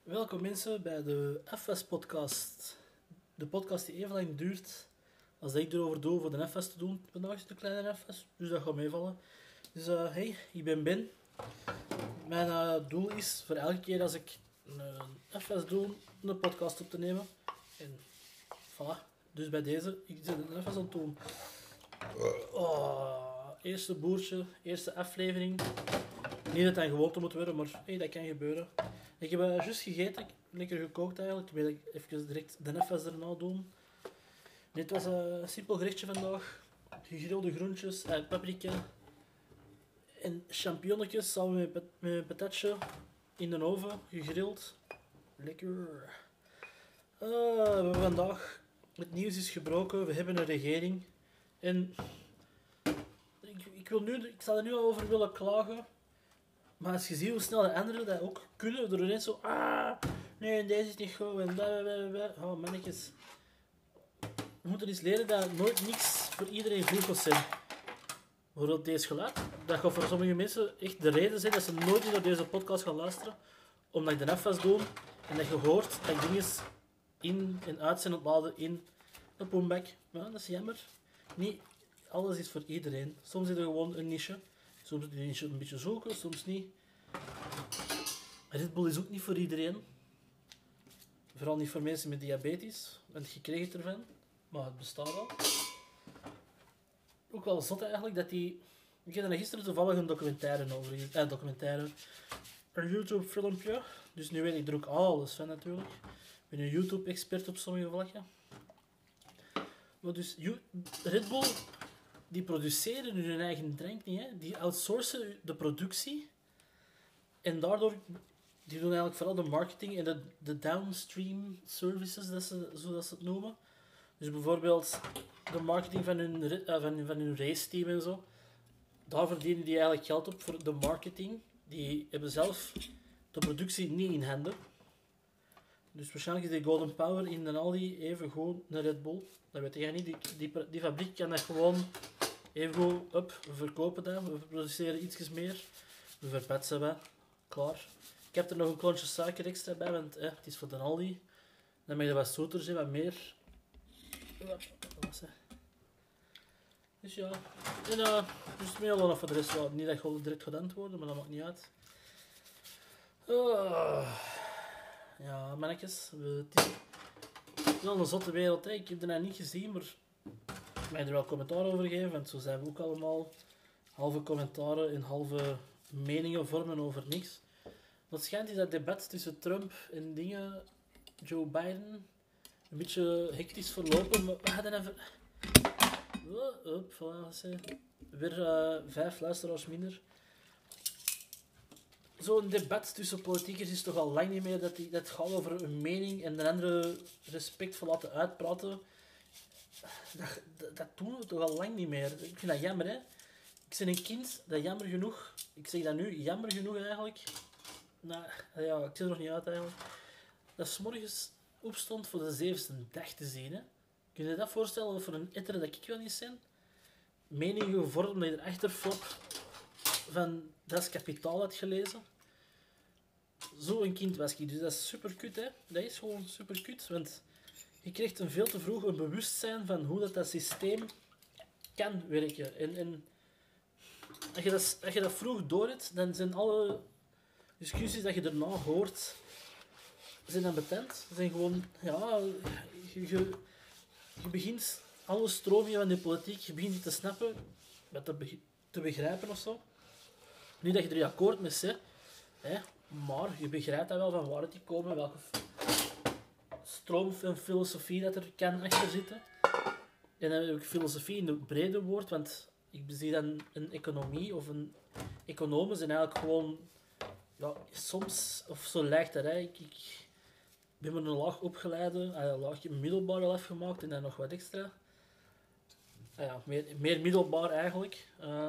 Welkom mensen bij de FS-podcast. De podcast die even lang duurt als dat ik erover doe voor de FS te doen. Vandaag is het een kleine FS, dus dat gaat meevallen. Dus hey, ik ben Ben. Mijn doel is voor elke keer als ik een FS doe, een podcast op te nemen. En voilà, dus bij deze, ik zit een FS aan het doen. Eerste boertje, eerste aflevering. Niet dat het een gewoonte moet worden, maar hey, dat kan gebeuren. Ik heb juist gegeten, ik heb lekker gekookt eigenlijk. Ik wil even direct de FS erna doen. Dit was een simpel gerechtje vandaag. Gegrilde groentjes, paprika en champignonnetjes samen met patatje in de oven, gegrild. Lekker. We hebben vandaag, het nieuws is gebroken, we hebben een regering. En ik zal er nu al over willen klagen. Maar als je ziet hoe snel de anderen dat ook kunnen, door ineens zo, nee, deze is niet goed, en blablabla. Oh, mannetjes. We moeten eens leren dat nooit niks voor iedereen goed gaat zijn. Bijvoorbeeld deze geluid, dat gaat voor sommige mensen echt de reden zijn dat ze nooit meer naar deze podcast gaan luisteren, omdat ik de FS doe, en dat je hoort dat ik dingen in en uit zijn ontladen in een boomback. Ja, dat is jammer. Niet alles is voor iedereen. Soms is er gewoon een niche. Soms moet je die niche een beetje zoeken, soms niet. Red Bull is ook niet voor iedereen. Vooral niet voor mensen met diabetes, want je kreeg het ervan. Maar het bestaat wel. Ook wel zot eigenlijk dat die... Ik heb er gisteren toevallig een documentaire over gezien. Een YouTube filmpje. Dus nu weet ik er ook alles van natuurlijk. Ik ben een YouTube expert op sommige vlakken. Maar dus Red Bull, die produceren hun eigen drank niet. Hè? Die outsourcen de productie. En daardoor... Die doen eigenlijk vooral de marketing en de downstream services, zoals ze het noemen. Dus bijvoorbeeld de marketing van hun raceteam en zo. Daar verdienen die eigenlijk geld op voor de marketing. Die hebben zelf de productie niet in handen. Dus waarschijnlijk is die Golden Power in de Aldi even gewoon een Red Bull. Dat weet jij niet. Die fabriek kan dat gewoon even goed we verkopen dat. We produceren ietsjes meer. We verpetsen dat. Klaar. Ik heb er nog een klontje suiker extra bij, want het is voor de Aldi. Dan mag je wat zoeter zijn, wat meer. Dus ja. En dus het meer nog voor de rest. Niet dat je direct gaat antwoorden, maar dat maakt niet uit. Ja, mannetjes. Het is wel een zotte wereld. Hè. Ik heb het nou niet gezien, maar ik mag er wel commentaar over geven. Want zo zijn we ook allemaal. Halve commentaren en halve meningen vormen over niks. Wat schijnt is dat debat tussen Trump en Joe Biden, een beetje hectisch verlopen. Maar we hadden even... Weer 5 luisteraars minder. Zo'n debat tussen politiekers is toch al lang niet meer dat het gaat over een mening en de andere respectvol laten uitpraten. Dat doen we toch al lang niet meer. Ik vind dat jammer, hè. Ik ben een kind dat jammer genoeg... Ik zeg dat nu, jammer genoeg eigenlijk... Nou, ja, ik zit er nog niet uit eigenlijk. Dat 's morgens opstond voor de 7e dag te zien. Hè. Kun je je dat voorstellen voor een etter dat ik wel niet ben? Meningen gevormd dat je erachter flop van Das Kapitaal had gelezen. Zo'n kind was ik. Dus dat is super kut, hè. Dat is gewoon super kut. Want je krijgt veel te vroeg een bewustzijn van hoe dat systeem kan werken. En als je dat vroeg door hebt, dan zijn alle discussies dat je daarna hoort, zijn dan betent. Ze zijn gewoon, ja, je begint alle stromingen van de politiek, je begint die te snappen, te begrijpen of zo. Niet dat je er akkoord mee bent, hè, maar je begrijpt dat wel van waar het die komen, welke stroom van filosofie dat er kan achter zitten. En dan heb ik filosofie in het brede woord, want ik zie dan een economie of een economen zijn eigenlijk gewoon... Ja, soms, of zo lijkt dat, hè. Ik ben met een laag opgeleide, een laagje middelbaar al afgemaakt en dan nog wat extra. Ja, meer middelbaar eigenlijk.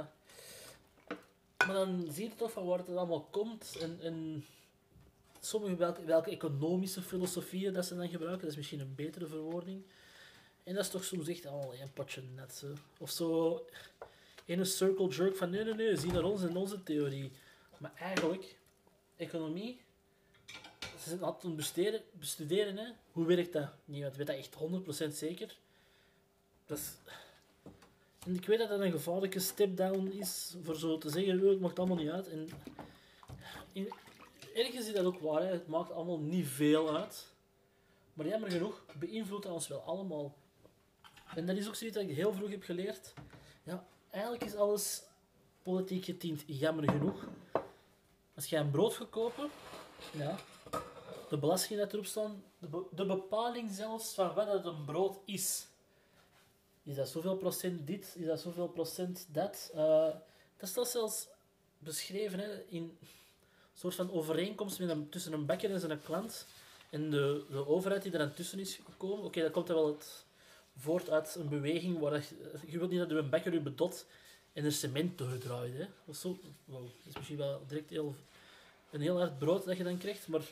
Maar dan zie je toch van waar het allemaal komt en sommige welke economische filosofieën dat ze dan gebruiken, dat is misschien een betere verwoording. En dat is toch soms echt allemaal een potje net zo. Of zo, een circle jerk van nee, zie naar ons en onze theorie. Maar eigenlijk... Economie, ze zitten altijd aan het bestuderen. Hè. Hoe werkt dat? Niemand weet dat echt 100% zeker. Dat is... En ik weet dat dat een gevaarlijke step-down is, voor zo te zeggen, het maakt allemaal niet uit. En ergens is dat ook waar, hè. Het maakt allemaal niet veel uit. Maar jammer genoeg beïnvloedt dat ons wel allemaal. En dat is ook zoiets dat ik heel vroeg heb geleerd. Ja, eigenlijk is alles politiek getint, jammer genoeg. Als jij een brood gaat kopen, ja, de belasting dat erop staan, de bepaling zelfs van wat het een brood is. Is dat zoveel procent dit? Is dat zoveel procent dat? Dat staat zelfs beschreven hè, in een soort van overeenkomst tussen een bakker en zijn klant. En de overheid die er aan tussen is gekomen. Oké, dat komt dan wel voort uit een beweging waar je wilt niet dat een bakker je bedot en er cement doordraait. Hè. Of zo. Wow, dat is misschien wel direct een heel hard brood dat je dan krijgt, maar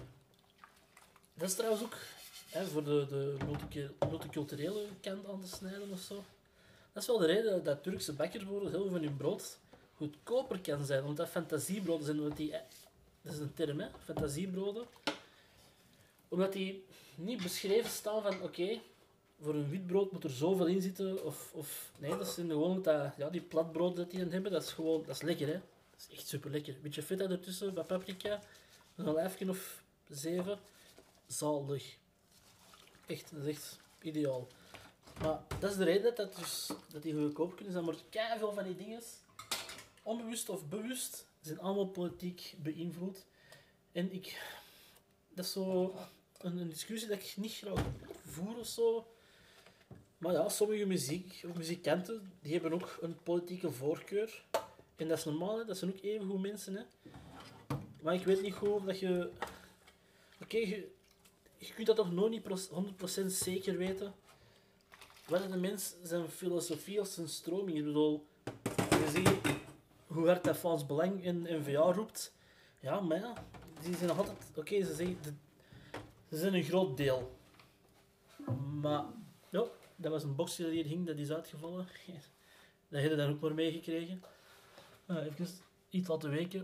dat is trouwens ook voor de multiculturele kant aan te snijden of zo. Dat is wel de reden dat Turkse bakkers heel veel van hun brood goedkoper kan zijn, omdat dat fantasiebroden zijn. Omdat die, dat is een term, hè? Fantasiebroden. Omdat die niet beschreven staan van, oké, voor een wit brood moet er zoveel in zitten. Nee, dat zijn gewoon die platbrood dat die dan hebben, dat is lekker, hè. Dat is echt super lekker. Een beetje feta ertussen, wat paprika, een lijfje of 7. Zalig. Echt, dat is echt ideaal. Maar dat is de reden dat die goedkoop kunnen zijn. Maar keiveel van die dingen, onbewust of bewust, zijn allemaal politiek beïnvloed. En dat is zo een discussie dat ik niet graag voer of zo. Maar ja, sommige muzikanten, die hebben ook een politieke voorkeur. En dat is normaal, hè? Dat zijn ook even goed mensen. Hè? Maar ik weet niet goed of dat je... Oké, je kunt dat toch nog niet 100% zeker weten. Wat is de mens zijn filosofie of zijn stroming? Ik bedoel, je ziet hoe hard dat Frans Belang en N-VA roept. Ja, maar ja, die zijn nog altijd... Oké, ze zeggen... Ze zijn een groot deel. Maar... Ja, dat was een boxje dat hier hing, dat is uitgevallen. Dat heb je dan ook maar meegekregen. Even iets laten weken.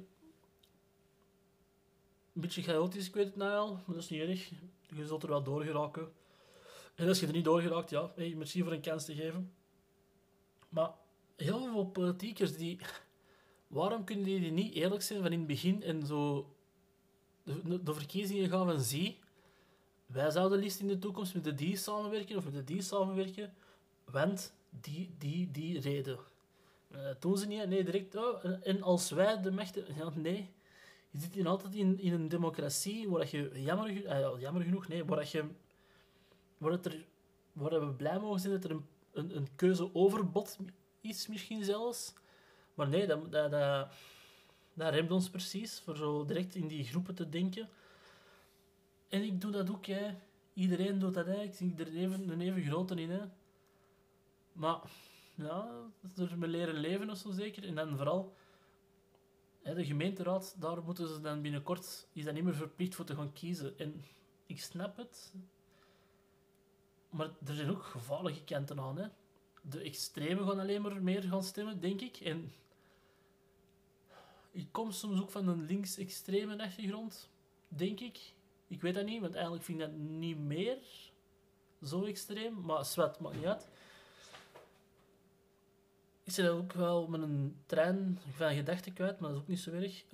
Een beetje chaotisch, ik weet het nou al, maar dat is niet erg. Je zult er wel door geraken. En als je er niet door geraakt, ja, hey, merci voor een kans te geven. Maar heel veel politiekers waarom kunnen die niet eerlijk zijn van in het begin en zo de verkiezingen gaan van zie, wij zouden liefst in de toekomst met de die samenwerken of met de die samenwerken, want die reden. Dat doen ze niet, nee, direct, en als wij de macht hebben, ja, nee. Je zit hier altijd in een democratie waar je jammer genoeg, nee, waar we blij mogen zijn dat er een keuzeoverbod is misschien zelfs. Maar nee, dat remt ons precies, voor zo direct in die groepen te denken. En ik doe dat ook, hè. Iedereen doet dat, hè. Ik zie er een even grote in, hè. Maar, ja, dat is er mee leren leven of zo zeker. En dan vooral, de gemeenteraad, daar moeten ze dan binnenkort, is dat niet meer verplicht voor te gaan kiezen. En ik snap het, maar er zijn ook gevaarlijke kanten aan, hè. De extremen gaan alleen maar meer gaan stemmen, denk ik. En ik kom soms ook van een links-extreme achtergrond, denk ik. Ik weet dat niet, want eigenlijk vind ik dat niet meer zo extreem. Maar zwart, maakt niet uit. Ik zit ook wel met een trein van gedachten kwijt, maar dat is ook niet zo erg.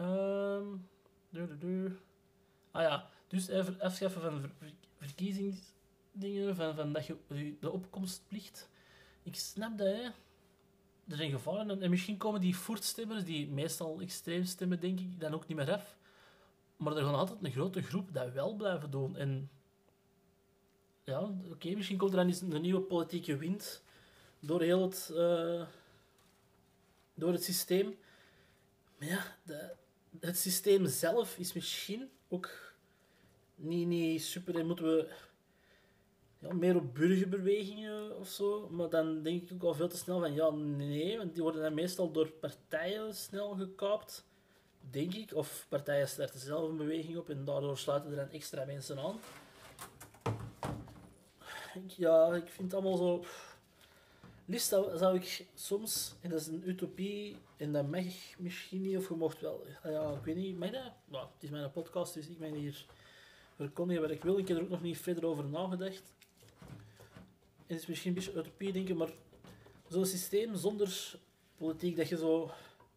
Ah ja, dus even afschaffen van verkiezingsdingen, van dat je de opkomstplicht. Ik snap dat, hè. Er zijn gevaren en misschien komen die voertstemmers, die meestal extreem stemmen, denk ik, dan ook niet meer af. Maar er gaan altijd een grote groep dat wel blijven doen. En ja, oké, misschien komt er dan eens een nieuwe politieke wind door heel het systeem. Maar ja, het systeem zelf is misschien ook niet super. En moeten we meer op burgerbewegingen of zo. Maar dan denk ik ook al veel te snel van ja, nee, want die worden dan meestal door partijen snel gekaapt. Denk ik. Of partijen starten zelf een beweging op en daardoor sluiten er dan extra mensen aan. Ja, ik vind het allemaal zo... Liefst zou ik soms, en dat is een utopie, en dat mag misschien niet, of je mocht wel... Ja, ik weet niet, mag dat? Nou, het is mijn podcast, dus ik mag hier verkondigen wat ik wil. Ik heb er ook nog niet verder over nagedacht. En het is misschien een beetje utopie denken, maar zo'n systeem zonder politiek, dat je zo...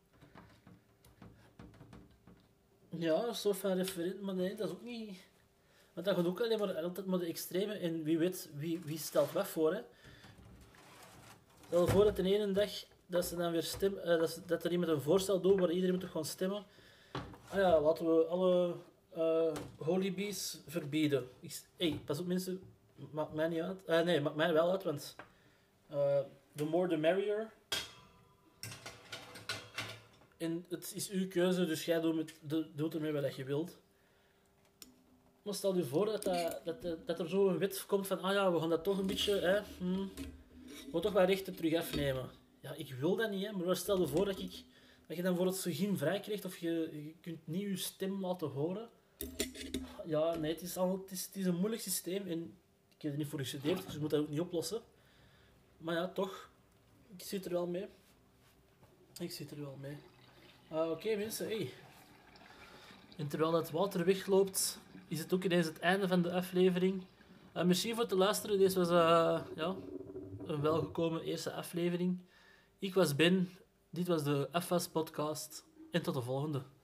Ja, een soort van referendum, maar nee, dat is ook niet... Want dat gaat ook alleen maar altijd maar de extreme en wie weet, wie stelt wat voor, hè. Stel voor dat de ene dag dat ze dan weer stemmen, dat er iemand een voorstel doet waar iedereen moet gewoon stemmen. Ah ja, laten we alle holibies verbieden. Hey, pas op mensen, maakt mij niet uit. Nee, maakt mij wel uit, want the more the merrier. En het is uw keuze, dus jij doet ermee wat je wilt. Maar stel je voor dat er zo een wet komt van, ah ja, we gaan dat toch een beetje, we gaan toch wat rechten terug afnemen. Ja, ik wil dat niet, hè, maar stel je voor dat je dan voor het geen vrij krijgt of je kunt niet je stem laten horen. Ja, nee, het is een moeilijk systeem en ik heb er niet voor gestudeerd, dus ik moet dat ook niet oplossen. Maar ja, toch, ik zit er wel mee. Oké, mensen, hey. En terwijl dat water wegloopt, is het ook ineens het einde van de aflevering. Merci voor het luisteren. Deze was een welgekomen eerste aflevering. Ik was Ben, dit was de FAS podcast en tot de volgende.